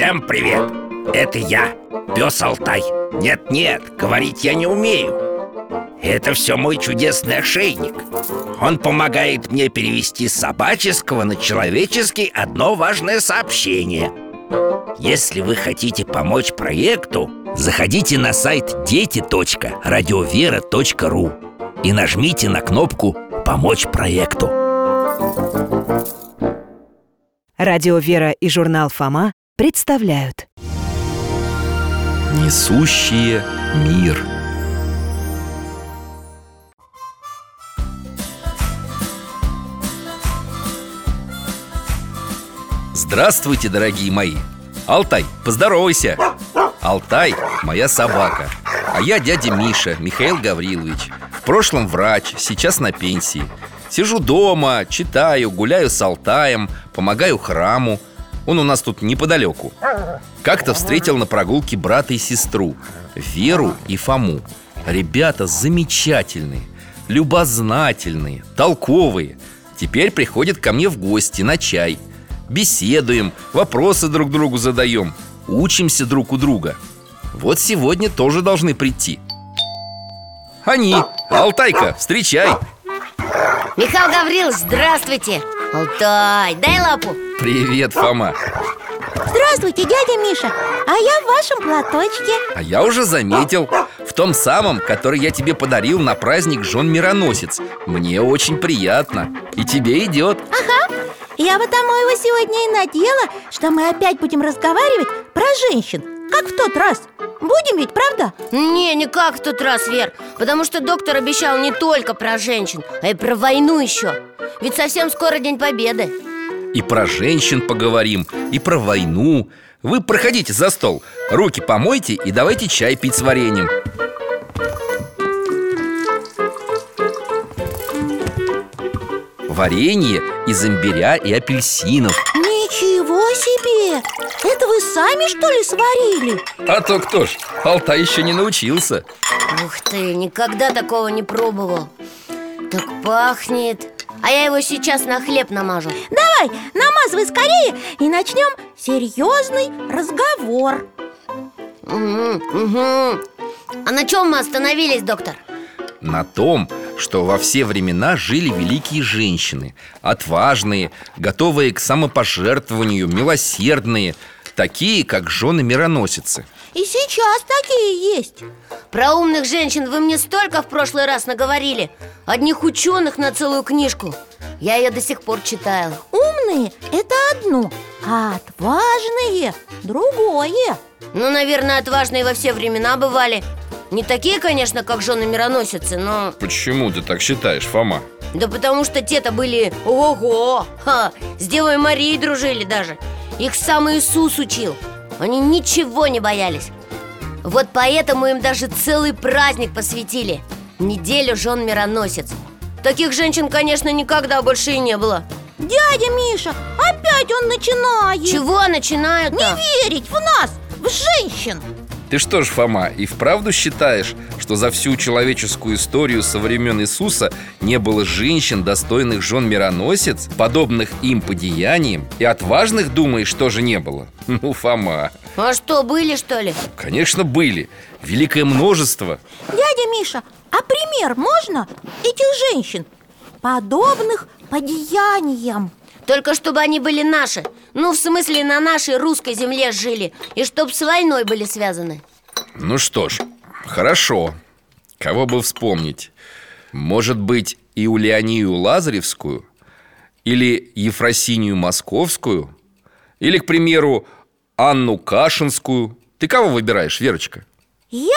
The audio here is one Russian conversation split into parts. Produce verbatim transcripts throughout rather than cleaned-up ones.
Всем привет! Это я, пес Алтай. Нет-нет, говорить я не умею. Это все мой чудесный ошейник. Он помогает мне перевести с собаческого на человеческий одно важное сообщение. Если вы хотите помочь проекту, заходите на сайт дети точка радиовера точка ру и нажмите на кнопку «Помочь проекту». Радио «Вера» и журнал «Фома» представляют Несущие мир. Здравствуйте, дорогие мои! Алтай, поздоровайся! Алтай – моя собака. А я дядя Миша, Михаил Гаврилович. В прошлом врач, сейчас на пенсии. Сижу дома, читаю, гуляю с Алтаем, помогаю храму. Он у нас тут неподалеку. Как-то встретил на прогулке брата и сестру, Веру и Фому. Ребята замечательные, любознательные, толковые. Теперь приходят ко мне в гости на чай. Беседуем, вопросы друг другу задаем, учимся друг у друга. Вот сегодня тоже должны прийти. Они, Алтайка, встречай. Михаил Гаврилович, здравствуйте. Алтай, дай лапу. Привет, Фома. Здравствуйте, дядя Миша. А я в вашем платочке. А я уже заметил. В том самом, который я тебе подарил на праздник Жен-Мироносец. Мне очень приятно. И тебе идет. Ага. Я потому его сегодня и надела, что мы опять будем разговаривать про женщин, как в тот раз. Будем ведь, правда? Не, не как в тот раз, Вер. Потому что доктор обещал не только про женщин, а и про войну еще. Ведь совсем скоро День Победы. И про женщин поговорим, и про войну. Вы проходите за стол, руки помойте и давайте чай пить с вареньем. Варенье из имбиря и апельсинов. Ничего себе! Это вы сами, что ли, сварили? А то кто ж, Алтай еще не научился. Ух ты, никогда такого не пробовал. Так пахнет. А я его сейчас на хлеб намажу. Давай, намазывай скорее и начнем серьезный разговор. Угу, угу. А на чем мы остановились, доктор? На том, что во все времена жили великие женщины, отважные, готовые к самопожертвованию, милосердные, такие, как жены-мироносицы. И сейчас такие есть. Про умных женщин вы мне столько в прошлый раз наговорили. Одних ученых на целую книжку. Я ее до сих пор читаю. Умные – это одно, а отважные – другое. Ну, наверное, отважные во все времена бывали. Не такие, конечно, как жены-мироносицы, но... Почему ты так считаешь, Фома? Да потому что те-то были ого! Ха, с Девой Марией дружили даже. Их сам Иисус учил. Они ничего не боялись. Вот поэтому им даже целый праздник посвятили. Неделю жен-мироносец. Таких женщин, конечно, никогда больше и не было. Дядя Миша, опять он начинает. Чего начинают-то? Не верить в нас, в женщин. Ты что ж, Фома, и вправду считаешь, что за всю человеческую историю со времен Иисуса не было женщин, достойных жен-мироносец, подобных им по деяниям, и отважных, думаешь, тоже не было? Ну, Фома. А что, были, что ли? Конечно, были. Великое множество. Дядя Миша, а пример можно этих женщин, подобных по деяниям? Только чтобы они были наши. Ну, в смысле, на нашей русской земле жили. И чтоб с войной были связаны. Ну что ж, хорошо. Кого бы вспомнить? Может быть, Иулианию Лазаревскую? Или Ефросинию Московскую? Или, к примеру, Анну Кашинскую? Ты кого выбираешь, Верочка? Я?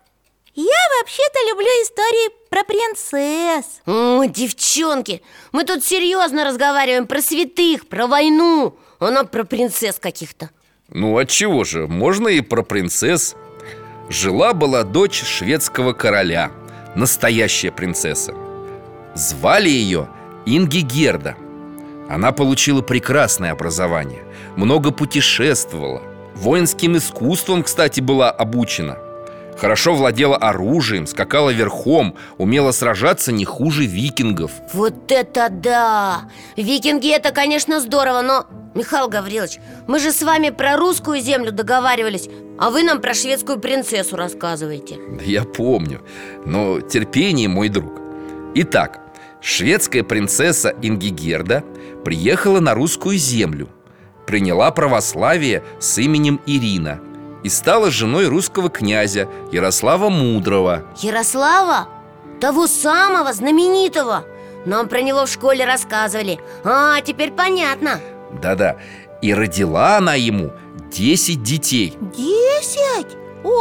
Я вообще-то люблю истории про принцесс. О, девчонки, мы тут серьезно разговариваем про святых, про войну. Она про принцесс каких-то. Ну, отчего же, можно и про принцесс. Жила-была дочь шведского короля, настоящая принцесса. Звали ее Ингигерда. Она получила прекрасное образование, много путешествовала. Воинским искусством, кстати, была обучена. Хорошо владела оружием, скакала верхом, умела сражаться не хуже викингов. Вот это да! Викинги — это, конечно, здорово, но, Михаил Гаврилович, мы же с вами про русскую землю договаривались, а вы нам про шведскую принцессу рассказываете. Да я помню, но терпение, мой друг. Итак, шведская принцесса Ингигерда приехала на русскую землю, приняла православие с именем Ирина и стала женой русского князя Ярослава Мудрого. Ярослава? Того самого, знаменитого. Нам про него в школе рассказывали. А, теперь понятно. Да-да, и родила она ему десять детей. Десять?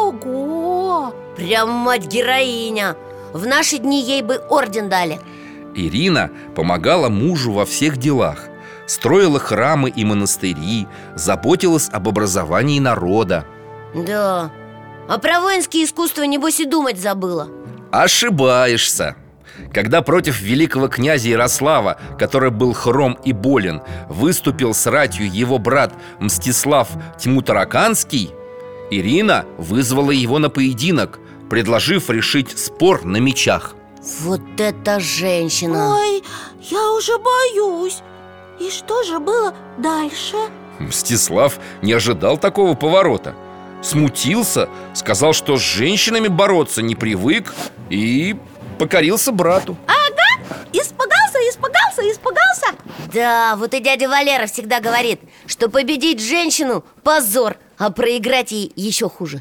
Ого! Прям мать-героиня. В наши дни ей бы орден дали. Ирина помогала мужу во всех делах, строила храмы и монастыри, заботилась об образовании народа. Да. А про воинские искусства, небось, и думать забыла. Ошибаешься. Когда против великого князя Ярослава, который был хром и болен, выступил с ратью его брат Мстислав Тьму-Тараканский, Ирина вызвала его на поединок, предложив решить спор на мечах. Вот это женщина! Ой, я уже боюсь. И что же было дальше? Мстислав не ожидал такого поворота. Смутился, сказал, что с женщинами бороться не привык, и покорился брату. Испугался, испугался, испугался. Да, вот и дядя Валера всегда говорит, что победить женщину – позор, а проиграть ей еще хуже.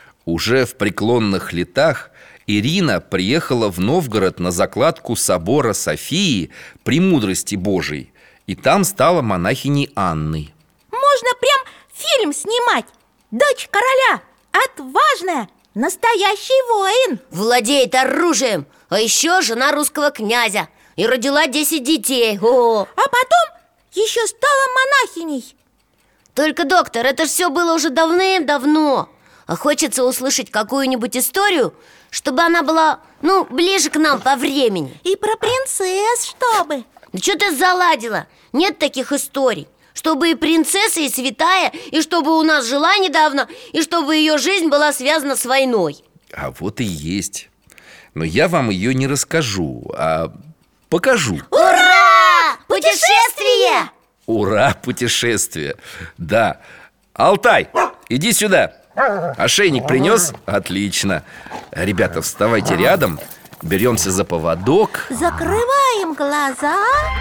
Уже в преклонных летах Ирина приехала в Новгород на закладку собора Софии Премудрости Божией, и там стала монахиней Анной. Можно прям фильм снимать. Дочь короля, отважная, настоящий воин. Владеет оружием, а еще жена русского князя. И родила десять детей. О! А потом еще стала монахиней. Только, доктор, это ж все было уже давным-давно. А хочется услышать какую-нибудь историю, чтобы она была, ну, ближе к нам по времени. И про принцесс чтобы. Да что ты заладила? Нет таких историй. Чтобы и принцесса, и святая, и чтобы у нас жила недавно, и чтобы ее жизнь была связана с войной. А вот и есть. Но я вам ее не расскажу, а покажу. Ура! Путешествие! Ура, путешествие! Да. Алтай, иди сюда. Ошейник принес? Отлично. Ребята, вставайте рядом. Беремся за поводок. Закрываем глаза.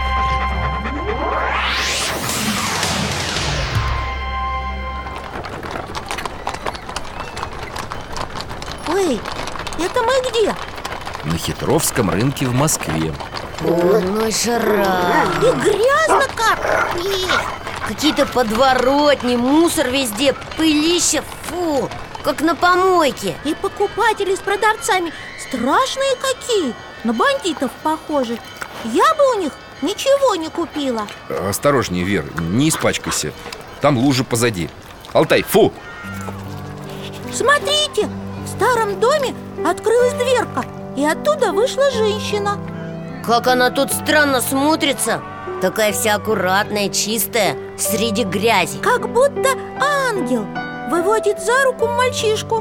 Ой, это мы где? На Хитровском рынке в Москве. Ой, ну и жара. И грязно как. Какие-то подворотни, мусор везде, пылища, фу, как на помойке. И покупатели с продавцами страшные какие, на бандитов похожи. Я бы у них ничего не купила. Осторожнее, Вер, не испачкайся. Там лужа позади. Алтай, фу! Смотрите, в старом доме открылась дверка, и оттуда вышла женщина. Как она тут странно смотрится. Такая вся аккуратная, чистая, среди грязи. Как будто ангел. Выводит за руку мальчишку,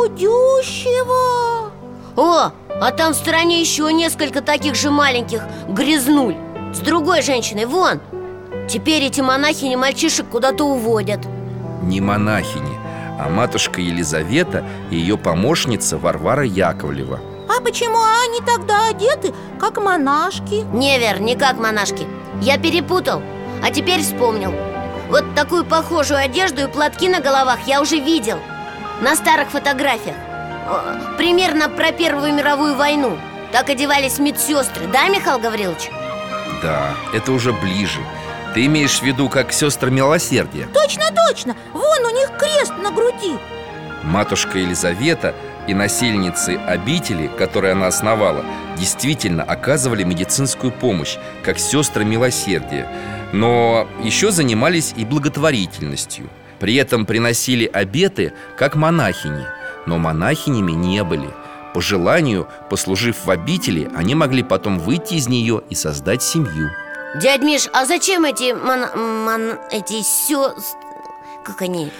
худющего. О, а там в стороне еще несколько таких же маленьких грязнуль. С другой женщиной, вон. Теперь эти монахини мальчишек куда-то уводят. Не монахини, а матушка Елизавета и ее помощница Варвара Яковлева. А почему они тогда одеты, как монашки? Не, Вер, не как монашки. Я перепутал, а теперь вспомнил. Вот такую похожую одежду и платки на головах я уже видел на старых фотографиях. Примерно про Первую мировую войну. Так одевались медсестры, да, Михаил Гаврилович? Да, это уже ближе. Ты имеешь в виду, как сестры милосердия? Точно, точно, вон у них крест на груди. Матушка Елизавета и насельницы обители, которые она основала, действительно оказывали медицинскую помощь, как сестры милосердия. Но еще занимались и благотворительностью. При этом приносили обеты, как монахини. Но монахинями не были. По желанию, послужив в обители, они могли потом выйти из нее и создать семью. Дядь Миш, а зачем эти мон... мон... эти сё... Как они?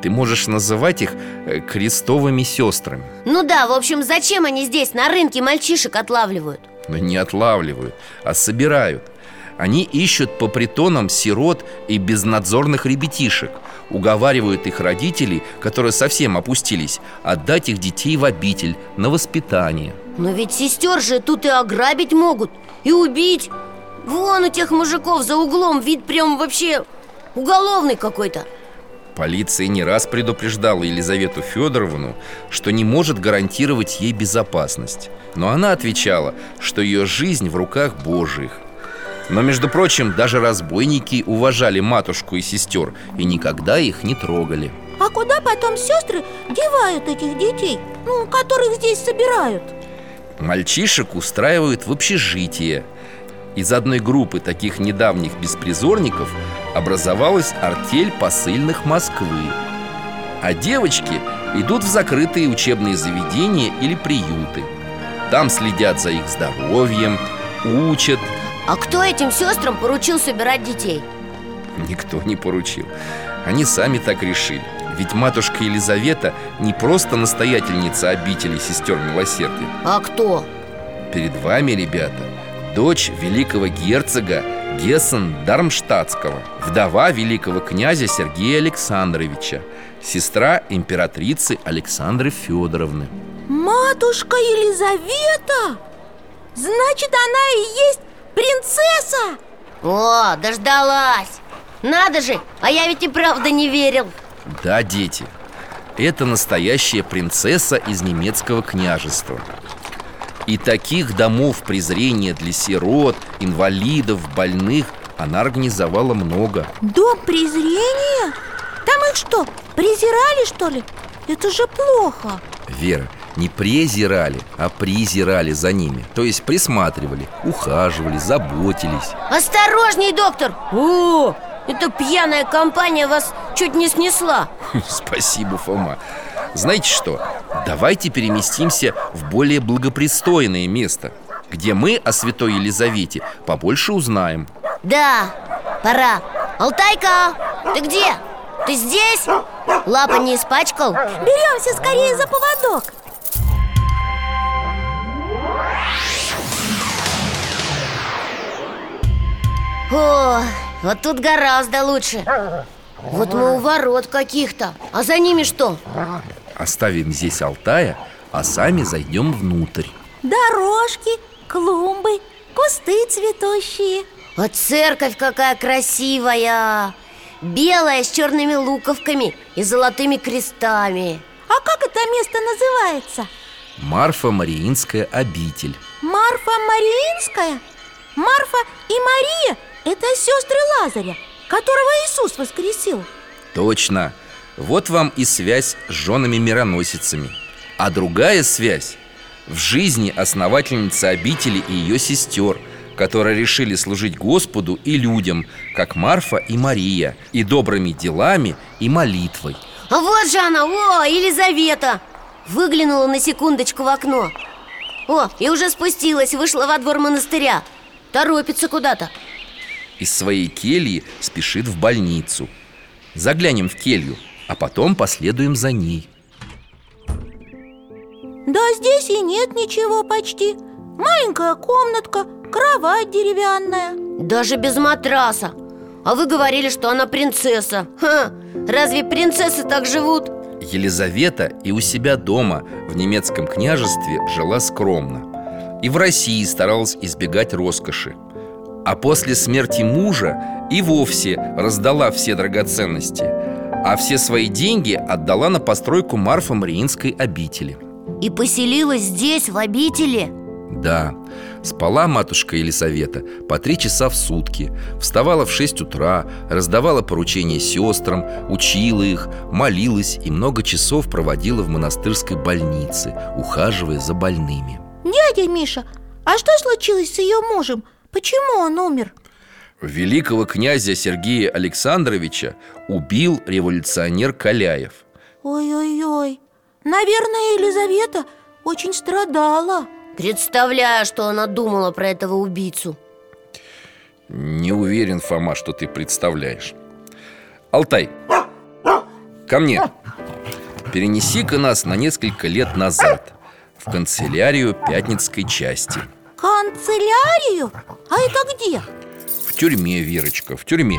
Ты можешь называть их э, крестовыми сестрами. Ну да, в общем, зачем они здесь на рынке мальчишек отлавливают? Но не отлавливают, а собирают. Они ищут по притонам сирот и безнадзорных ребятишек, уговаривают их родителей, которые совсем опустились, отдать их детей в обитель на воспитание. Но ведь сестер же тут и ограбить могут, и убить. Вон у тех мужиков за углом вид прям вообще уголовный какой-то. Полиция не раз предупреждала Елизавету Федоровну, что не может гарантировать ей безопасность. Но она отвечала, что ее жизнь в руках Божьих. Но, между прочим, даже разбойники уважали матушку и сестер и никогда их не трогали. А куда потом сестры девают этих детей, ну, которых здесь собирают? Мальчишек устраивают в общежитие. Из одной группы таких недавних беспризорников образовалась артель посыльных Москвы. А девочки идут в закрытые учебные заведения или приюты. Там следят за их здоровьем, учат. А кто этим сестрам поручил собирать детей? Никто не поручил. Они сами так решили. Ведь матушка Елизавета не просто настоятельница обители сестер милосердия. А кто? Перед вами, ребята, дочь великого герцога Гессен-Дармштадтского, вдова великого князя Сергея Александровича, сестра императрицы Александры Федоровны. Матушка Елизавета? Значит, она и есть принцесса? О, дождалась! Надо же, а я ведь и правда не верил. Да, дети, это настоящая принцесса из немецкого княжества. И таких домов презрения для сирот, инвалидов, больных она организовала много. Дом презрения? Там их что, презирали, что ли? Это же плохо. Вера, не презирали, а призирали за ними. То есть присматривали, ухаживали, заботились. Осторожней, доктор! О, эта пьяная компания вас чуть не снесла. Спасибо, Фома. Знаете что? Давайте переместимся в более благопристойное место, где мы о святой Елизавете побольше узнаем. Да, пора. Алтайка, ты где? Ты здесь? Лапа не испачкал? Беремся скорее за поводок. О, вот тут гораздо лучше. Вот мы у ворот каких-то. А за ними что? Оставим здесь Алтая, а сами зайдем внутрь. Дорожки, клумбы, кусты цветущие. А церковь какая красивая! Белая, с черными луковками и золотыми крестами. А как это место называется? Марфа-Мариинская обитель. Марфа-Мариинская? Марфа и Мария – это сестры Лазаря, которого Иисус воскресил. Точно. Вот вам и связь с женами-мироносицами. А другая связь в жизни основательницы обители и ее сестер, которые решили служить Господу и людям, как Марфа и Мария, и добрыми делами, и молитвой. А вот же она, о, Елизавета! Выглянула на секундочку в окно. О, и уже спустилась, вышла во двор монастыря. Торопится куда-то. Из своей кельи спешит в больницу. Заглянем в келью, а потом последуем за ней. Да здесь и нет ничего почти. Маленькая комнатка, кровать деревянная. Даже без матраса. А вы говорили, что она принцесса. Ха, разве принцессы так живут? Елизавета и у себя дома в немецком княжестве жила скромно. И в России старалась избегать роскоши. А после смерти мужа и вовсе раздала все драгоценности, а все свои деньги отдала на постройку Марфа-Мариинской обители. И поселилась здесь, в обители? Да, спала матушка Елизавета по три часа в сутки, вставала в шесть утра, раздавала поручения сестрам, учила их, молилась и много часов проводила в монастырской больнице, ухаживая за больными. Дядя Миша, а что случилось с ее мужем? Почему он умер? Великого князя Сергея Александровича убил революционер Каляев. Ой-ой-ой, наверное, Елизавета очень страдала. Представляю, что она думала про этого убийцу. Не уверен, Фома, что ты представляешь. Алтай, ко мне. Перенеси-ка нас на несколько лет назад в канцелярию Пятницкой части. Канцелярию? А это где? В тюрьме, Верочка, в тюрьме.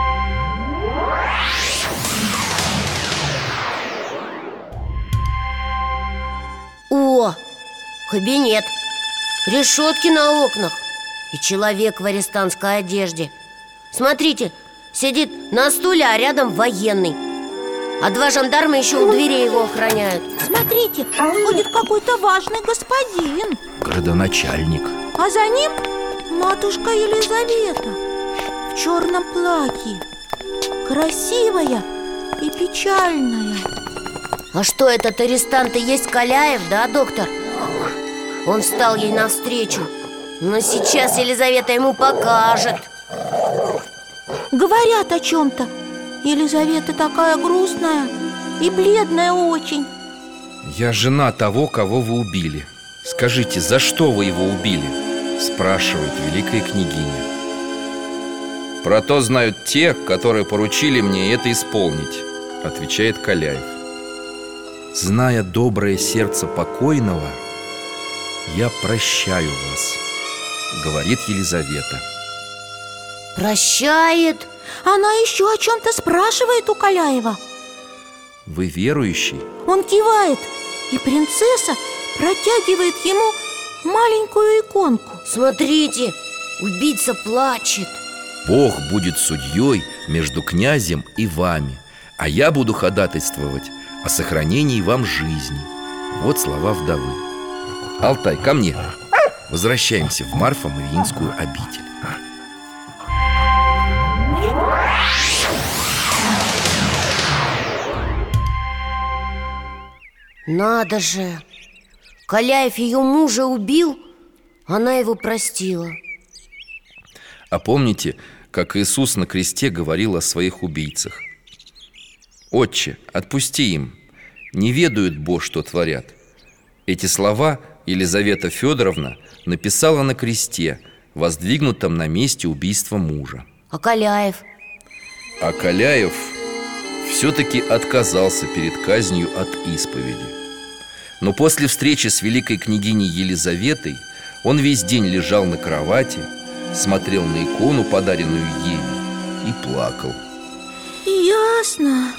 О, кабинет. Решетки на окнах. И человек в арестантской одежде. Смотрите, сидит на стуле, а рядом военный. А два жандарма еще у двери его охраняют. Смотрите, ходит какой-то важный господин. Градоначальник. А за ним матушка Елизавета в черном платье, красивая и печальная. А что, этот арестант и есть Каляев, да, доктор? Он встал ей навстречу. Но сейчас Елизавета ему покажет. Говорят о чем-то. Елизавета такая грустная и бледная очень. Я жена того, кого вы убили. Скажите, за что вы его убили? Спрашивает великая княгиня. Про то знают те, которые поручили мне это исполнить, отвечает Каляев. Зная доброе сердце покойного, я прощаю вас, говорит Елизавета. Прощает? Она еще о чем-то спрашивает у Каляева. Вы верующий? Он кивает, и принцесса протягивает ему маленькую иконку. Смотрите, убийца плачет. Бог будет судьей между князем и вами, а я буду ходатайствовать о сохранении вам жизни. Вот слова вдовы. Алтай, ко мне. Возвращаемся в Марфо-Мариинскую обитель. Надо же! Каляев ее мужа убил, она его простила. А помните, как Иисус на кресте говорил о своих убийцах? «Отче, отпусти им, не ведают Бо, что творят». Эти слова Елизавета Федоровна написала на кресте, воздвигнутом на месте убийства мужа. А Каляев? А Каляев все-таки отказался перед казнью от исповеди. Но после встречи с великой княгиней Елизаветой он весь день лежал на кровати, смотрел на икону, подаренную Еве, и плакал. Ясно.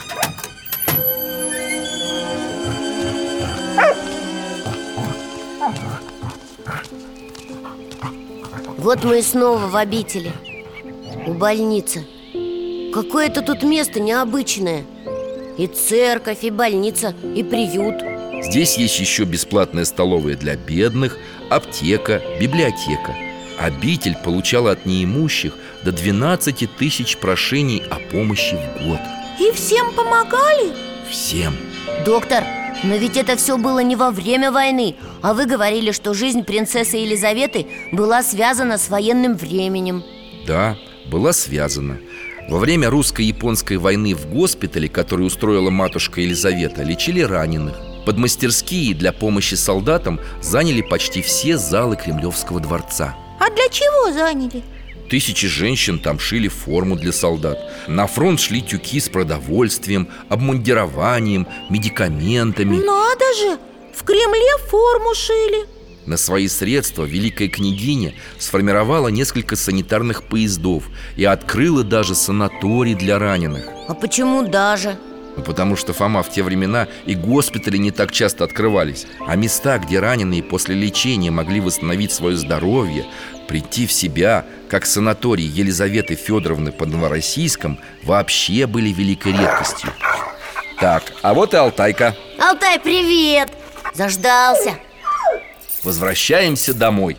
Вот мы и снова в обители, у больницы. Какое-то тут место необычное. И церковь, и больница, и приют. Здесь есть еще бесплатная столовая для бедных, аптека, библиотека. Обитель получала от неимущих до двенадцати тысяч прошений о помощи в год. И всем помогали? Всем. Доктор, но ведь это все было не во время войны. А вы говорили, что жизнь принцессы Елизаветы была связана с военным временем. Да, была связана. Во время русско-японской войны в госпитале, который устроила матушка Елизавета, лечили раненых. Под мастерские для помощи солдатам заняли почти все залы Кремлевского дворца. А для чего заняли? Тысячи женщин там шили форму для солдат. На фронт шли тюки с продовольствием, обмундированием, медикаментами. Надо же! В Кремле форму шили. На свои средства великая княгиня сформировала несколько санитарных поездов и открыла даже санаторий для раненых. А почему даже? Ну, потому что, Фома, в те времена и госпитали не так часто открывались. А места, где раненые после лечения могли восстановить свое здоровье, прийти в себя, как санаторий Елизаветы Федоровны под Новороссийском, вообще были великой редкостью. Так, а вот и Алтайка. Алтай, привет! Заждался. Возвращаемся домой.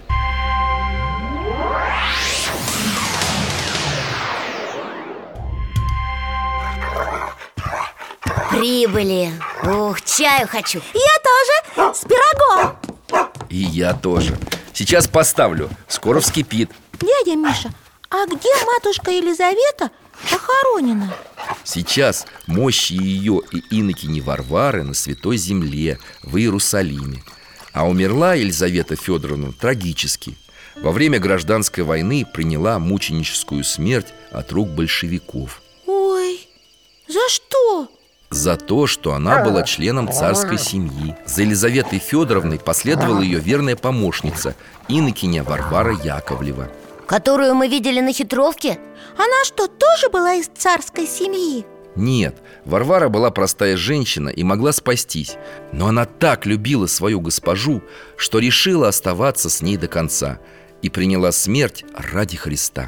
Прибыли. Ух, чаю хочу. Я тоже, с пирогом. И я тоже. Сейчас поставлю, скоро вскипит. Дядя Миша, а где матушка Елизавета похоронена? Сейчас мощи ее и инокини Варвары на Святой Земле, в Иерусалиме. А умерла Елизавета Федоровна трагически. Во время гражданской войны приняла мученическую смерть от рук большевиков. Ой, за что? За то, что она была членом царской семьи. За Елизаветой Федоровной последовала ее верная помощница, инокиня Варвара Яковлева. Которую мы видели на хитровке? Она что, тоже была из царской семьи? Нет, Варвара была простая женщина и могла спастись. Но она так любила свою госпожу, что решила оставаться с ней до конца и приняла смерть ради Христа.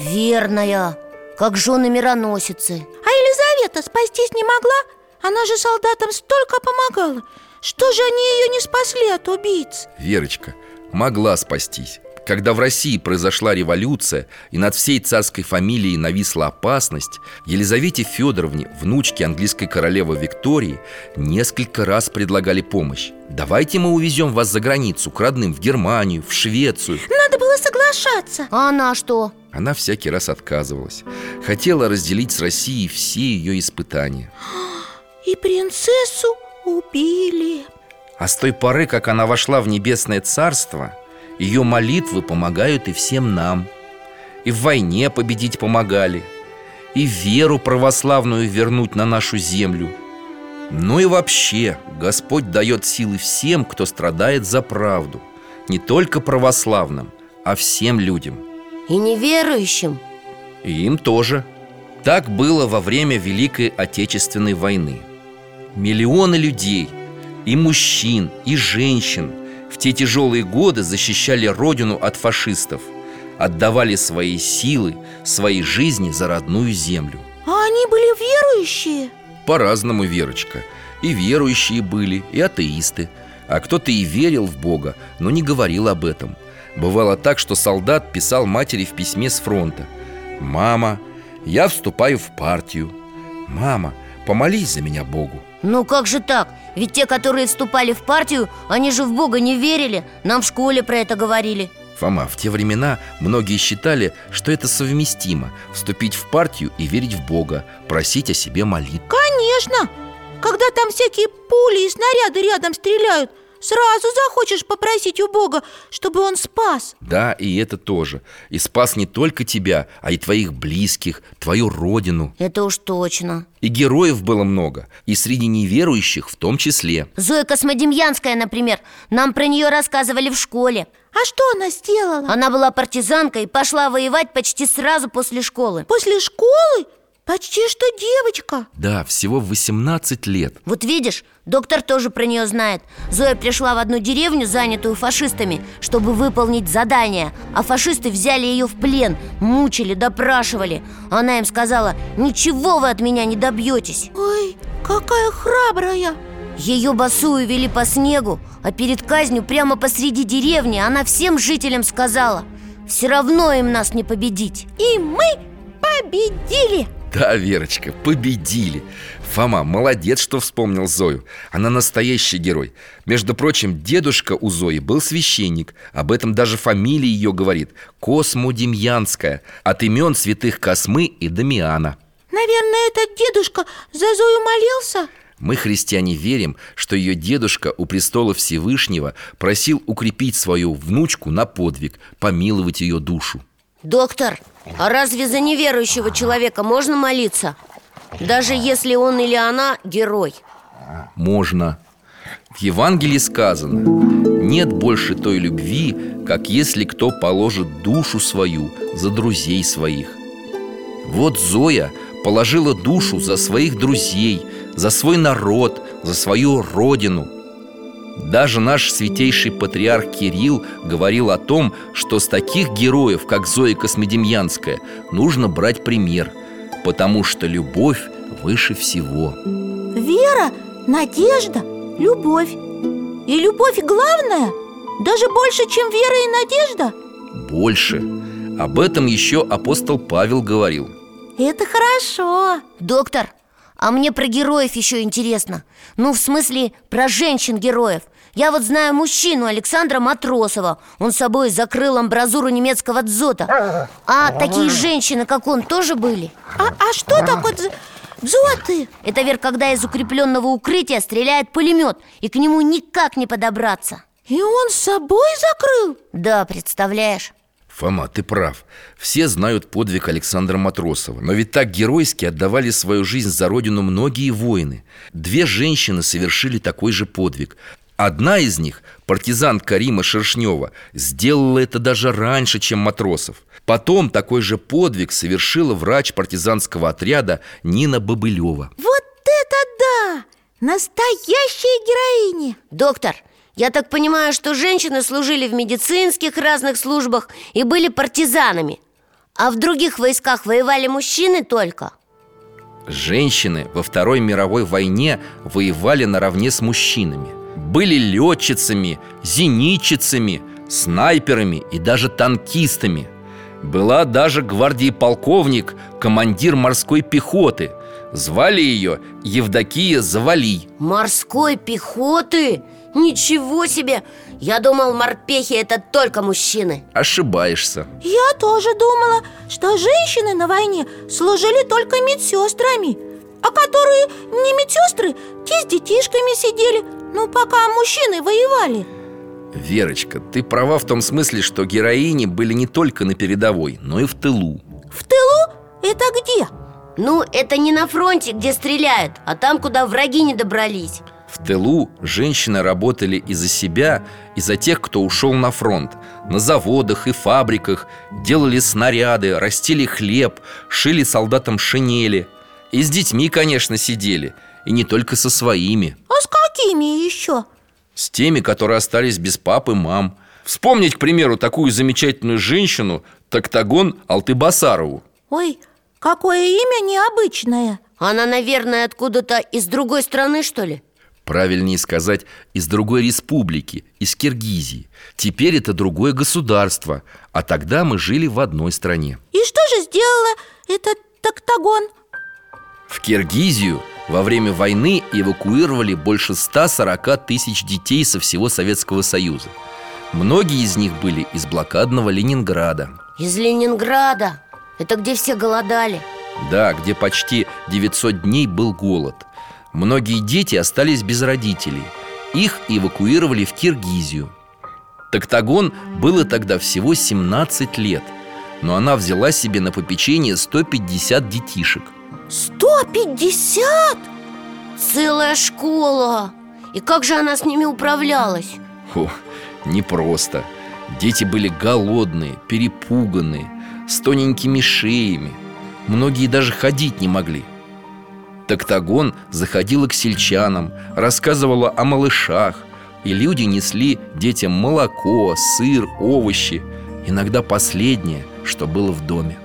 Верная, как жены мироносицы. А Елизавета спастись не могла? Она же солдатам столько помогала. Что же они ее не спасли от убийц? Верочка могла спастись. Когда в России произошла революция и над всей царской фамилией нависла опасность, Елизавете Федоровне, внучке английской королевы Виктории, несколько раз предлагали помощь. Давайте мы увезем вас за границу, к родным, в Германию, в Швецию. Надо было соглашаться. А она что? Она всякий раз отказывалась. Хотела разделить с Россией все ее испытания. И принцессу убили. А с той поры, как она вошла в небесное царство, ее молитвы помогают и всем нам. И в войне победить помогали, и веру православную вернуть на нашу землю. Ну и вообще, Господь дает силы всем, кто страдает за правду. Не только православным, а всем людям. И неверующим. И им тоже. Так было во время Великой Отечественной войны. Миллионы людей, и мужчин, и женщин, в те тяжелые годы защищали родину от фашистов, отдавали свои силы, свои жизни за родную землю. А они были верующие? По-разному, Верочка. И верующие были, и атеисты. А кто-то и верил в Бога, но не говорил об этом. Бывало так, что солдат писал матери в письме с фронта: «Мама, я вступаю в партию. Мама, помолись за меня Богу». Ну как же так? Ведь те, которые вступали в партию, они же в Бога не верили. Нам в школе про это говорили. Фома, в те времена многие считали, что это совместимо – вступить в партию и верить в Бога, просить о себе молитв. Конечно! Когда там всякие пули и снаряды рядом стреляют, сразу захочешь попросить у Бога, чтобы Он спас. Да, и это тоже. И спас не только тебя, а и твоих близких, твою родину. Это уж точно. И героев было много, и среди неверующих в том числе. Зоя Космодемьянская, например. Нам про нее рассказывали в школе. А что она сделала? Она была партизанкой и пошла воевать почти сразу после школы. После школы? Почти что девочка. Да, всего в восемнадцать лет. Вот видишь, доктор тоже про нее знает. Зоя пришла в одну деревню, занятую фашистами, чтобы выполнить задание. А фашисты взяли ее в плен, мучили, допрашивали. Она им сказала: «Ничего вы от меня не добьетесь». Ой, какая храбрая. Ее босую вели по снегу, а перед казнью прямо посреди деревни она всем жителям сказала: «Все равно им нас не победить». И мы победили. Да, Верочка, победили. Фома, молодец, что вспомнил Зою. Она настоящий герой. Между прочим, дедушка у Зои был священник. Об этом даже фамилия ее говорит: Космодемьянская, от имен святых Космы и Дамиана. Наверное, этот дедушка за Зою молился? Мы, христиане, верим, что ее дедушка у престола Всевышнего просил укрепить свою внучку на подвиг, помиловать ее душу. Доктор, а разве за неверующего человека можно молиться? Даже если он или она герой? Можно. В Евангелии сказано: нет больше той любви, как если кто положит душу свою за друзей своих. Вот Зоя положила душу за своих друзей, за свой народ, за свою родину. Даже наш святейший патриарх Кирилл говорил о том, что с таких героев, как Зоя Космодемьянская, нужно брать пример, потому что любовь выше всего. Вера, надежда, любовь. И любовь главная? Даже больше, чем вера и надежда? Больше. Об этом еще апостол Павел говорил. Это хорошо. Доктор, а мне про героев еще интересно. Ну, в смысле, про женщин-героев. Я вот знаю мужчину Александра Матросова. Он собой закрыл амбразуру немецкого дзота. А такие женщины, как он, тоже были? А, а что такое дз... дзоты? Это, Вер, когда из укрепленного укрытия стреляет пулемет, и к нему никак не подобраться. И он с собой закрыл? Да, представляешь? Фома, ты прав. Все знают подвиг Александра Матросова. Но ведь так геройски отдавали свою жизнь за родину многие воины. Две женщины совершили такой же подвиг. Одна из них, партизанка Рима Шершнева, сделала это даже раньше, чем Матросов. Потом такой же подвиг совершила врач партизанского отряда Нина Бобылева. Вот это да! Настоящая героиня! Доктор, я так понимаю, что женщины служили в медицинских разных службах и были партизанами. А в других войсках воевали мужчины только? Женщины во Второй мировой войне воевали наравне с мужчинами. Были летчицами, зенитчицами, снайперами и даже танкистами. Была даже гвардии полковник, командир морской пехоты. Звали ее Евдокия Завалий. Морской пехоты? Ничего себе! Я думал, морпехи — это только мужчины. Ошибаешься. Я тоже думала, что женщины на войне служили только медсестрами. А которые не медсестры, те с детишками сидели, ну, пока мужчины воевали. Верочка, ты права в том смысле, что героини были не только на передовой, но и в тылу. В тылу? Это где? Ну, это не на фронте, где стреляют, а там, куда враги не добрались. В тылу женщины работали и за себя, и за тех, кто ушел на фронт. На заводах и фабриках делали снаряды, растили хлеб, шили солдатам шинели. И с детьми, конечно, сидели, и не только со своими. А с какими еще? С теми, которые остались без пап и мам. Вспомнить, к примеру, такую замечательную женщину Токтагон Алтыбасарову. Ой, какое имя необычное. Она, наверное, откуда-то из другой страны, что ли? Правильнее сказать, из другой республики, из Киргизии. Теперь это другое государство, а тогда мы жили в одной стране. И что же сделала этот Токтагон? В Киргизию во время войны эвакуировали больше ста сорока тысяч детей со всего Советского Союза. Многие из них были из блокадного Ленинграда. Из Ленинграда? Это где все голодали? Да, где почти девятьсот дней был голод. Многие дети остались без родителей. Их эвакуировали в Киргизию. Токтагон было тогда всего семнадцать лет, но она взяла себе на попечение сто пятьдесят детишек. Сто пятьдесят? Целая школа! И как же она с ними управлялась? О, непросто. Дети были голодные, перепуганные, с тоненькими шеями. Многие даже ходить не могли. Токтагон заходила к сельчанам, рассказывала о малышах, и люди несли детям молоко, сыр, овощи, иногда последнее, что было в доме.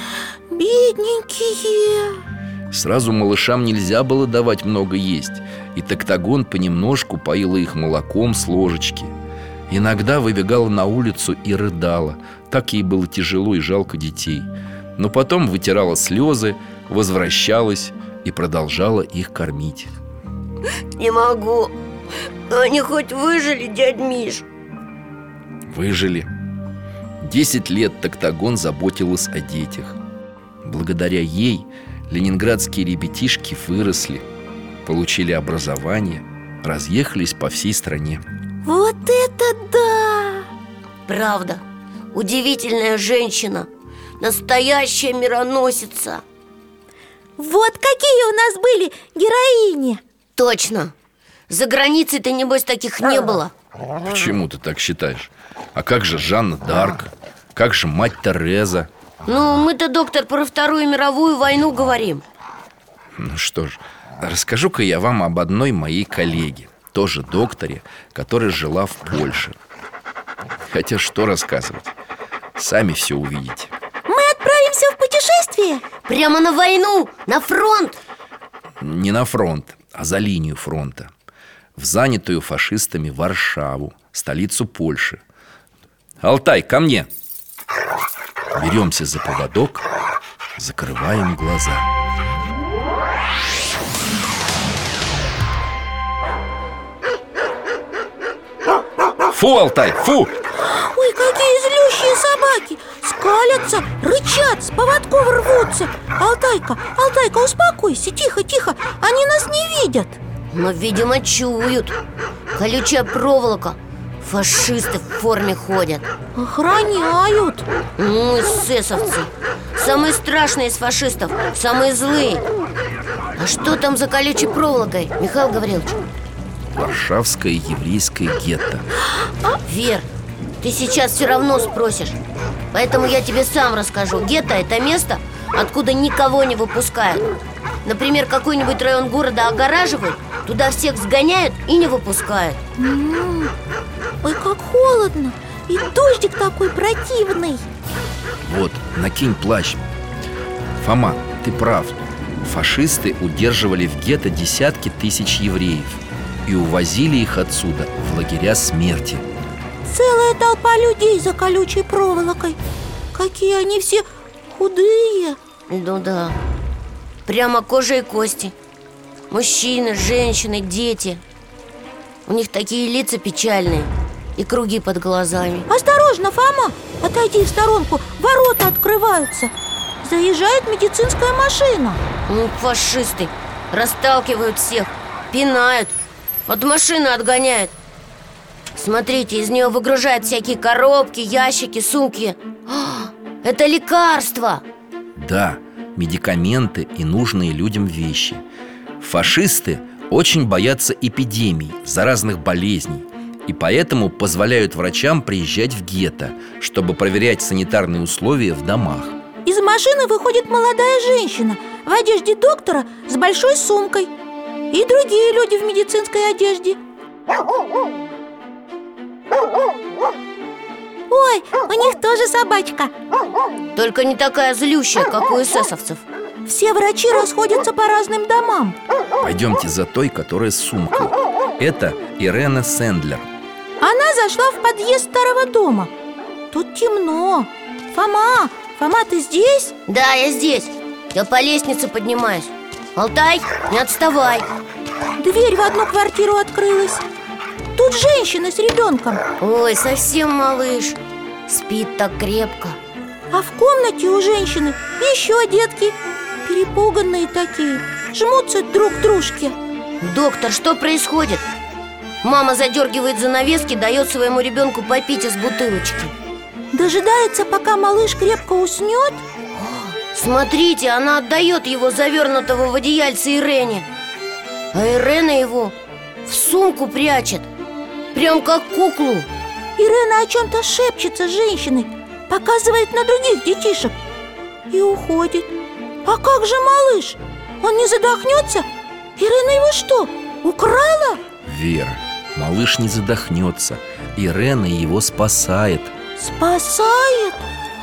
Бедненькие. Сразу малышам нельзя было давать много есть, и Токтагон понемножку поила их молоком с ложечки. Иногда выбегала на улицу и рыдала. Так ей было тяжело и жалко детей. Но потом вытирала слезы, возвращалась и продолжала их кормить. Не могу. Они хоть выжили, дядь Миш? Выжили. Десять лет Токтагон заботилась о детях. Благодаря ей ленинградские ребятишки выросли, получили образование, разъехались по всей стране. Вот это да! Правда, удивительная женщина. Настоящая мироносица. Вот какие у нас были героини! Точно. За границей-то, небось, таких не было. Почему ты так считаешь? А как же Жанна д'Арк? Как же мать Тереза? Ну, мы-то, доктор, про Вторую мировую войну говорим. Ну что ж, расскажу-ка я вам об одной моей коллеге, тоже докторе, которая жила в Польше. Хотя что рассказывать? Сами все увидите. Мы отправимся в путешествие? Прямо на войну, на фронт? Не на фронт, а за линию фронта. В занятую фашистами Варшаву, столицу Польши. Алтай, ко мне! Беремся за поводок, закрываем глаза. Фу, Алтай, фу! Ой, какие злющие собаки! Скалятся, рычат, с поводков рвутся. Алтайка, Алтайка, успокойся, тихо, тихо, они нас не видят. Но, видимо, чуют. Колючая проволока. Фашисты в форме ходят. Охраняют. Ну, эсэсовцы. Самые страшные из фашистов, самые злые. А что там за колючей проволокой, Михаил Гаврилович? Варшавское еврейское гетто. Вер, ты сейчас все равно спросишь. Поэтому я тебе сам расскажу. Гетто – это место, откуда никого не выпускают. Например, какой-нибудь район города огораживают, туда всех сгоняют и не выпускают. М-м-м. Ой, как холодно. И дождик такой противный. Вот, накинь плащ. Фома, ты прав. Фашисты удерживали в гетто десятки тысяч евреев и увозили их отсюда в лагеря смерти. Целая толпа людей за колючей проволокой. Какие они все худые. Ну да, прямо кожа и кости. Мужчины, женщины, дети. У них такие лица печальные и круги под глазами. Осторожно, Фома, отойди в сторонку, ворота открываются. Заезжает медицинская машина. Ну, фашисты расталкивают всех, пинают, от машины отгоняют. Смотрите, из нее выгружают всякие коробки, ящики, сумки. А, это лекарства. Да, медикаменты и нужные людям вещи. Фашисты очень боятся эпидемий, заразных болезней, и поэтому позволяют врачам приезжать в гетто, чтобы проверять санитарные условия в домах. Из машины выходит молодая женщина в одежде доктора с большой сумкой. И другие люди в медицинской одежде. Ой, у них тоже собачка. Только не такая злющая, как у эсэсовцев. Все врачи расходятся по разным домам. Пойдемте за той, которая с сумкой. Это Ирена Сэндлер. Она зашла в подъезд старого дома. Тут темно. Фома, Фома, ты здесь? Да, я здесь. Я по лестнице поднимаюсь. Алтай, не отставай. Дверь в одну квартиру открылась. Тут женщина с ребенком. Ой, совсем малыш. Спит так крепко. А в комнате у женщины еще детки. Перепуганные такие, жмутся друг к дружке. Доктор, что происходит? Мама задергивает занавески, дает своему ребенку попить из бутылочки. Дожидается, пока малыш крепко уснет. Смотрите, она отдает его завернутого в одеяльце Ирене. А Ирена его в сумку прячет, прям как куклу. Ирена о чем-то шепчется с женщиной, показывает на других детишек и уходит. А как же малыш? Он не задохнется? Ирена его что, украла? Вера, малыш не задохнется. Ирена его спасает. Спасает?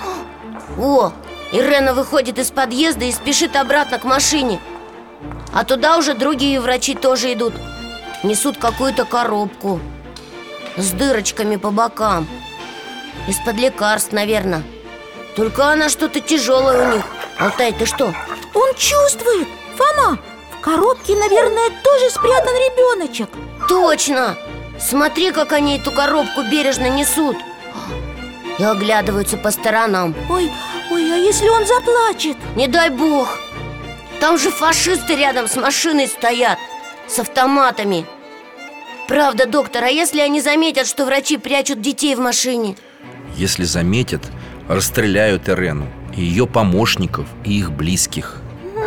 О, Ирена выходит из подъезда и спешит обратно к машине. А туда уже другие врачи тоже идут. Несут какую-то коробку с дырочками по бокам. Из-под лекарств, наверное. Только она что-то тяжелое у них. Алтай, ты что? Он чувствует. Фома, в коробке, наверное, тоже спрятан ребеночек. Точно! Смотри, как они эту коробку бережно несут. И оглядываются по сторонам. Ой, ой, а если он заплачет? Не дай бог. Там же фашисты рядом с машиной стоят, с автоматами. Правда, доктор, а если они заметят, что врачи прячут детей в машине? Если заметят, расстреляют Ирену и ее помощников, и их близких.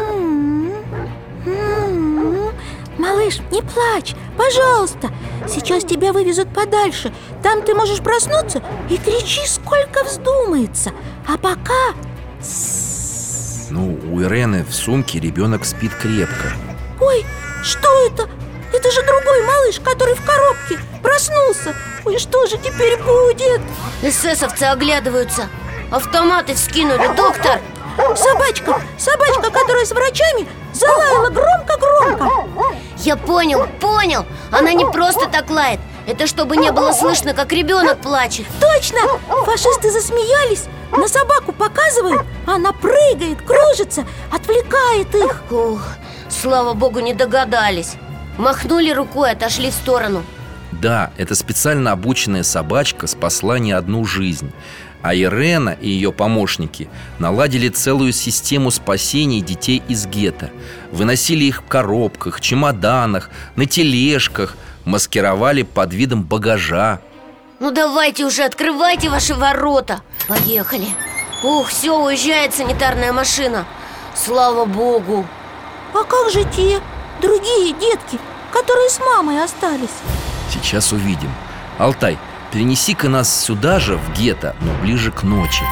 Малыш, не плачь, пожалуйста. Сейчас тебя вывезут подальше. Там ты можешь проснуться и кричи, сколько вздумается. А пока... Ну, у Ирены в сумке ребенок спит крепко. Ой, что это? Это же другой малыш, который в коробке. Проснулся. Ой, что же теперь будет? Эсэсовцы оглядываются. Автоматы вскинули. Доктор! Собачка, собачка, которая с врачами, залаяла громко-громко. Я понял, понял. Она не просто так лает. Это чтобы не было слышно, как ребенок плачет. Точно! Фашисты засмеялись, на собаку показывают, а она прыгает, кружится, отвлекает их. Ух, слава богу, не догадались. Махнули рукой, отошли в сторону. Да, эта специально обученная собачка спасла не одну жизнь. А Ирена и ее помощники наладили целую систему спасения детей из гетто. Выносили их в коробках, чемоданах, на тележках, маскировали под видом багажа. Ну давайте уже, открывайте ваши ворота. Поехали. Ух, все, уезжает санитарная машина. Слава богу. А как же те другие детки, которые с мамой остались? Сейчас увидим. Алтай, перенеси-ка нас сюда же, в гетто, но ближе к ночи.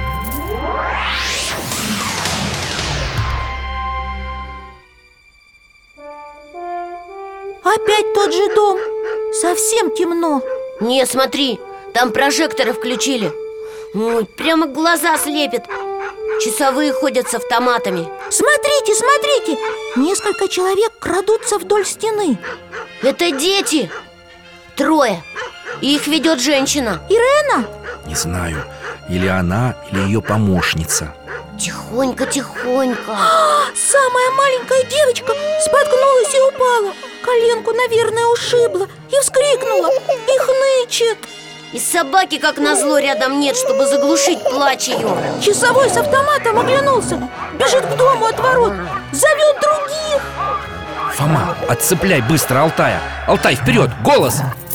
Опять тот же дом. Совсем темно. Не, смотри, там прожекторы включили. Ой, прямо глаза слепит. Часовые ходят с автоматами. Смотрите, смотрите! Несколько человек крадутся вдоль стены. Это дети. Трое. И их ведет женщина. Ирена? Не знаю, или она, или ее помощница. Тихонько, тихонько. А, самая маленькая девочка споткнулась и упала. Коленку, наверное, ушибла и вскрикнула. И хнычет. И собаки, как назло, рядом нет, чтобы заглушить плач ее. Часовой с автоматом оглянулся. Бежит к дому от ворот. Зовет других. Фома, отцепляй быстро Алтая. Алтай, вперед, голос!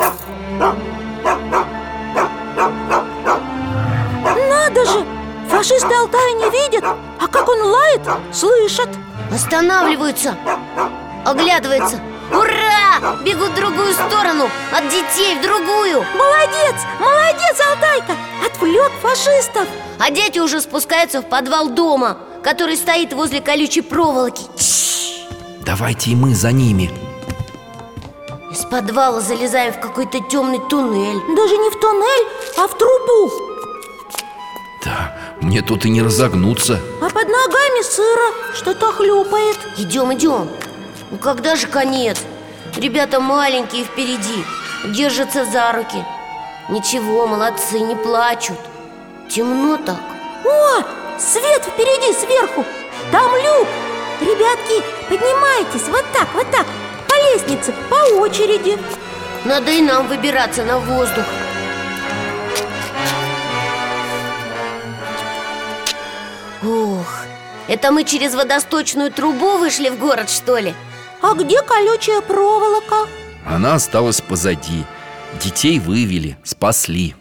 Надо же! Фашисты Алтая не видят, а как он лает, слышат. Останавливаются. Оглядывается. Ура! Бегут в другую сторону. От детей в другую. Молодец! Молодец, Алтайка! Отвлек фашистов. А дети уже спускаются в подвал дома, который стоит возле колючей проволоки. Давайте и мы за ними. Из подвала залезаем в какой-то темный туннель. Даже не в туннель, а в трубу. Да, мне тут и не разогнуться. А под ногами сыро, что-то хлюпает. Идем, идем. Ну когда же конец? Ребята маленькие впереди, держатся за руки. Ничего, молодцы, не плачут. Темно так. О, свет впереди, сверху. Там люк. Ребятки, поднимайтесь, вот так, вот так. По лестнице, по очереди. Надо и нам выбираться на воздух. Ох, это мы через водосточную трубу вышли в город, что ли? А где колючая проволока? Она осталась позади. Детей вывели, спасли.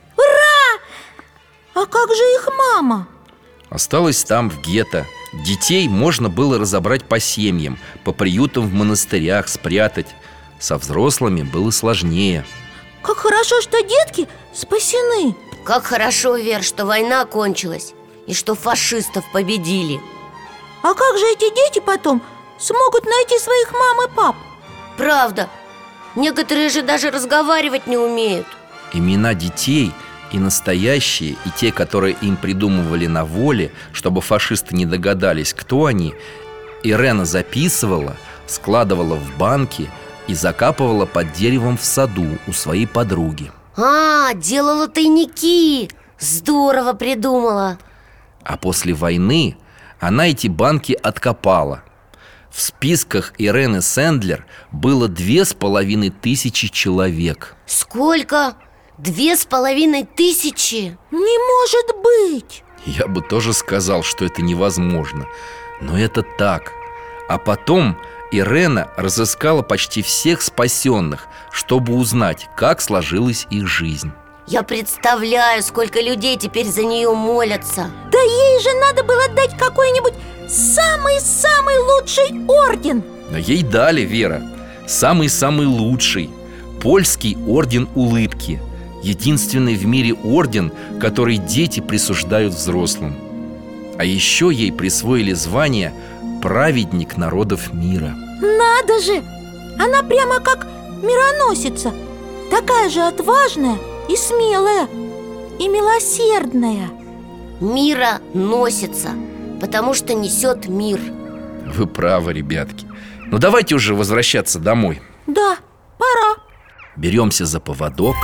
А как же их мама? Осталась там, в гетто. Детей можно было разобрать по семьям, по приютам в монастырях, спрятать. Со взрослыми было сложнее. Как хорошо, что детки спасены. Как хорошо, Вер, что война кончилась и что фашистов победили. А как же эти дети потом смогут найти своих мам и пап? Правда, некоторые же даже разговаривать не умеют. Имена детей и настоящие, и те, которые им придумывали на воле, чтобы фашисты не догадались, кто они, Ирена записывала, складывала в банки и закапывала под деревом в саду у своей подруги. А, делала тайники. Здорово придумала. А после войны она эти банки откопала. В списках Ирены Сэндлер было две с половиной тысячи человек. Сколько? Две с половиной тысячи? Не может быть! Я бы тоже сказал, что это невозможно. Но это так. А потом Ирена разыскала почти всех спасенных, чтобы узнать, как сложилась их жизнь. Я представляю, сколько людей теперь за нее молятся. Да ей же надо было дать какой-нибудь самый-самый лучший орден. Но ей дали, Вера, самый-самый лучший Польский орден улыбки. Единственный в мире орден, который дети присуждают взрослым. А еще ей присвоили звание «Праведник народов мира». Надо же! Она прямо как мироносица. Такая же отважная и смелая, и милосердная. Мира носится, потому что несет мир. Вы правы, ребятки. Ну давайте уже возвращаться домой. Да, пора. Беремся за поводок.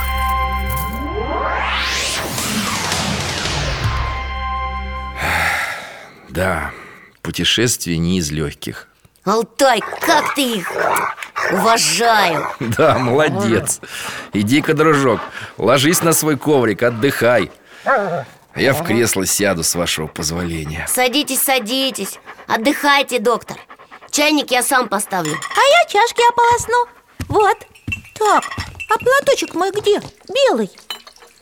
Да, путешествие не из легких. Алтай, как ты их? Уважаю. Да, молодец. Иди-ка, дружок, ложись на свой коврик, отдыхай. Я в кресло сяду, с вашего позволения. Садитесь, садитесь. Отдыхайте, доктор. Чайник я сам поставлю. А я чашки ополосну. Вот. Так, а платочек мой где? Белый.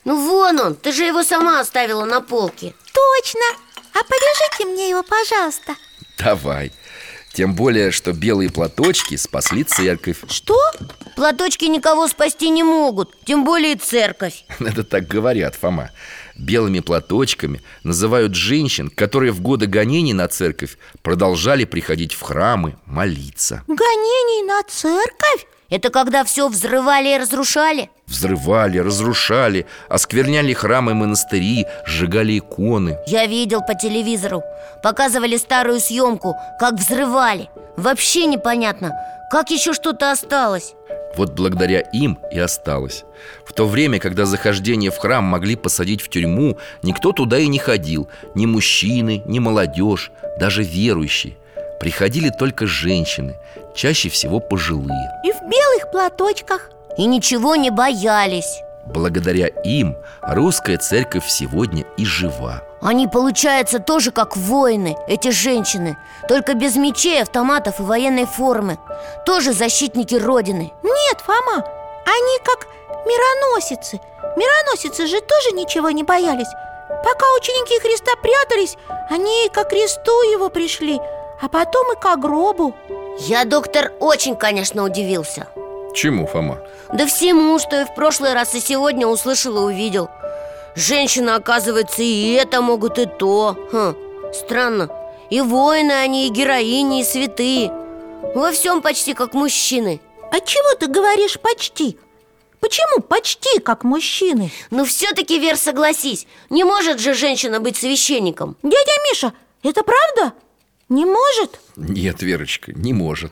Ну вон он, ты же его сама оставила на полке. Точно! А повяжите мне его, пожалуйста. Давай. Тем более, что белые платочки спасли церковь. Что? Платочки никого спасти не могут, тем более церковь. Это так говорят, Фома. Белыми платочками называют женщин, которые в годы гонений на церковь продолжали приходить в храмы молиться. Гонений на церковь? Это когда все взрывали и разрушали? Взрывали, разрушали, оскверняли храмы и монастыри, сжигали иконы. Я видел по телевизору. Показывали старую съемку, как взрывали. Вообще непонятно, как еще что-то осталось. Вот благодаря им и осталось. В то время, когда захождение в храм могли посадить в тюрьму, никто туда и не ходил. Ни мужчины, ни молодежь, даже верующие. Приходили только женщины, чаще всего пожилые. И в белых платочках. И ничего не боялись. Благодаря им русская церковь сегодня и жива. Они, получается, тоже как воины, эти женщины. Только без мечей, автоматов и военной формы. Тоже защитники Родины. Нет, Фома, они как мироносицы. Мироносицы же тоже ничего не боялись. Пока ученики Христа прятались, они и ко кресту его пришли, а потом и ко гробу. Я, доктор, очень, конечно, удивился. Чему, Фома? Да всему, что и в прошлый раз, и сегодня услышал и увидел. Женщины, оказывается, и это могут, и то. Хм, странно. И воины они, и героини, и святые. Во всем почти как мужчины. А чего ты говоришь «почти»? Почему почти как мужчины? Но все-таки, Вер, согласись, не может же женщина быть священником. Дядя Миша, это правда? Не может? Нет, Верочка, не может.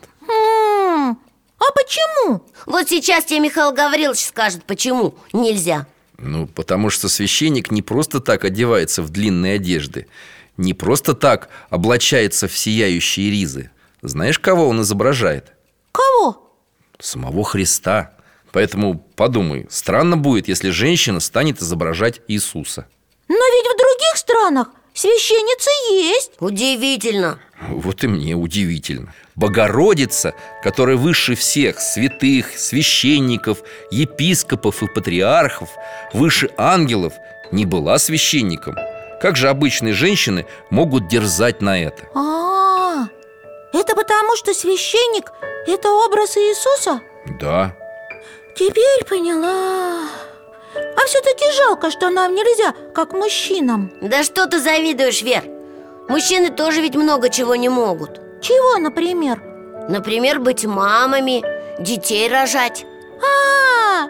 М-м, а почему? Вот сейчас тебе Михаил Гаврилович скажет, почему нельзя. Ну, потому что священник не просто так одевается в длинные одежды, не просто так облачается в сияющие ризы. Знаешь, кого он изображает? Кого? Самого Христа. Поэтому подумай, странно будет, если женщина станет изображать Иисуса. Но ведь в других странах священницы есть. Удивительно. Вот и мне удивительно. Богородица, которая выше всех святых, священников, епископов и патриархов, выше ангелов, не была священником. Как же обычные женщины могут дерзать на это? А, это потому, что священник – это образ Иисуса? Да. Теперь поняла. А все-таки жалко, что нам нельзя, как мужчинам. Да что ты завидуешь, Вер? Мужчины тоже ведь много чего не могут. Чего, например? Например, быть мамами, детей рожать. А,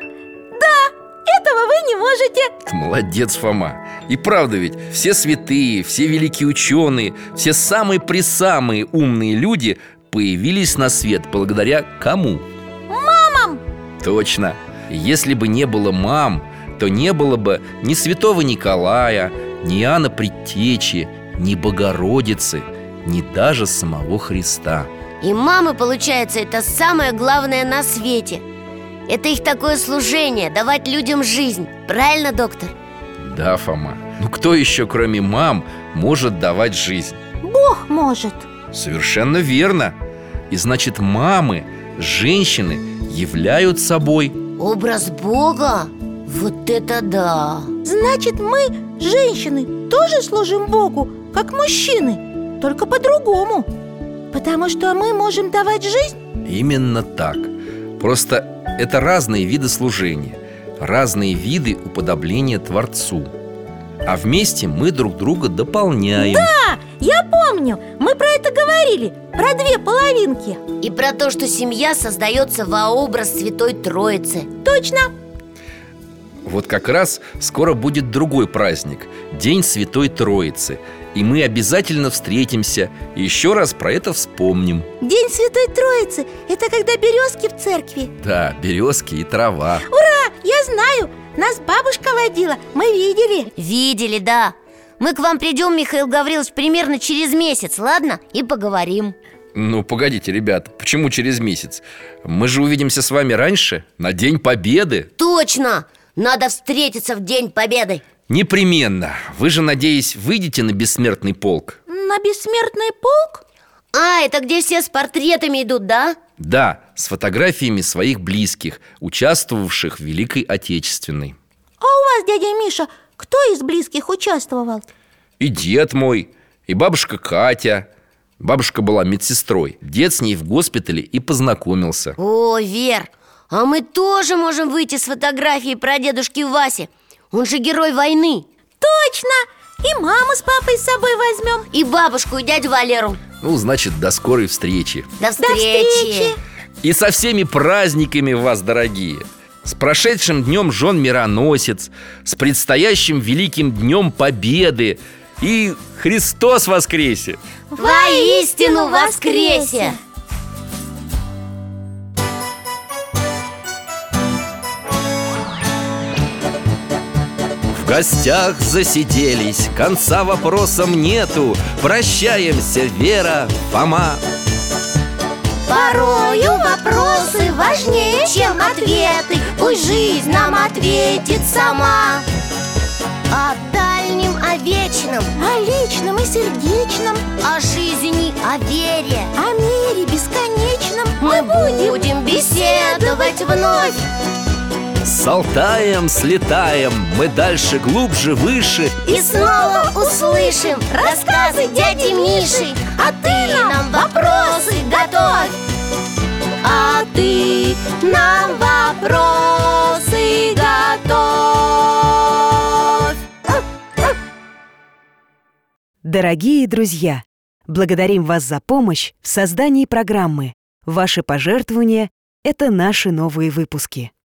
да, этого вы не можете. Ты молодец, Фома. И правда ведь, все святые, все великие ученые, все самые-пресамые умные люди появились на свет благодаря кому? Мамам! Точно. Если бы не было мам, то не было бы ни святого Николая, ни Иоанна Предтечи, ни Богородицы, ни даже самого Христа. И мамы, получается, это самое главное на свете. Это их такое служение, давать людям жизнь. Правильно, доктор? Да, Фома. Ну кто еще, кроме мам, может давать жизнь? Бог может. Совершенно верно. И значит, мамы, женщины являют собой образ Бога? Вот это да! Значит, мы, женщины, тоже служим Богу, как мужчины, только по-другому. Потому что мы можем давать жизнь? Именно так. Просто это разные виды служения, разные виды уподобления Творцу. А вместе мы друг друга дополняем. Да, я помню, мы про это говорили, про две половинки. И про то, что семья создается во образ Святой Троицы. Точно. Вот как раз скоро будет другой праздник, День Святой Троицы. И мы обязательно встретимся и еще раз про это вспомним. День Святой Троицы – это когда березки в церкви. Да, березки и трава. Ура, я знаю, нас бабушка водила, мы видели. Видели, да. Мы к вам придем, Михаил Гаврилович, примерно через месяц, ладно? И поговорим. Ну, погодите, ребята, почему через месяц? Мы же увидимся с вами раньше, на День Победы. Точно! Надо встретиться в День Победы. Непременно. Вы же, надеюсь, выйдете на бессмертный полк? На бессмертный полк? А, это где все с портретами идут, да? Да, с фотографиями своих близких, участвовавших в Великой Отечественной. А у вас, дядя Миша, кто из близких участвовал? И дед мой, и бабушка Катя. Бабушка была медсестрой. Дед с ней в госпитале и познакомился. О, Вер, а мы тоже можем выйти с фотографией про дедушки Васи. Он же герой войны. Точно! И маму с папой с собой возьмем. И бабушку, и дядю Валеру. Ну, значит, до скорой встречи. До встречи, До встречи. И со всеми праздниками вас, дорогие! С прошедшим днем жен мироносец, с предстоящим великим днем Победы. И Христос воскресе! Воистину воскресе! В гостях засиделись, конца вопросам нету. Прощаемся, Вера, Фома. Порою вопросы важнее, чем ответы. Пусть жизнь нам ответит сама. О дальнем, о вечном, О личном и сердечном, о жизни, о вере о мире бесконечном мы будем беседовать вновь. С Алтаем слетаем, мы дальше, глубже, выше. И снова услышим рассказы дяди Миши. А ты нам вопросы готовь. А ты нам вопросы готовь. Дорогие друзья, благодарим вас за помощь в создании программы. Ваши пожертвования – это наши новые выпуски.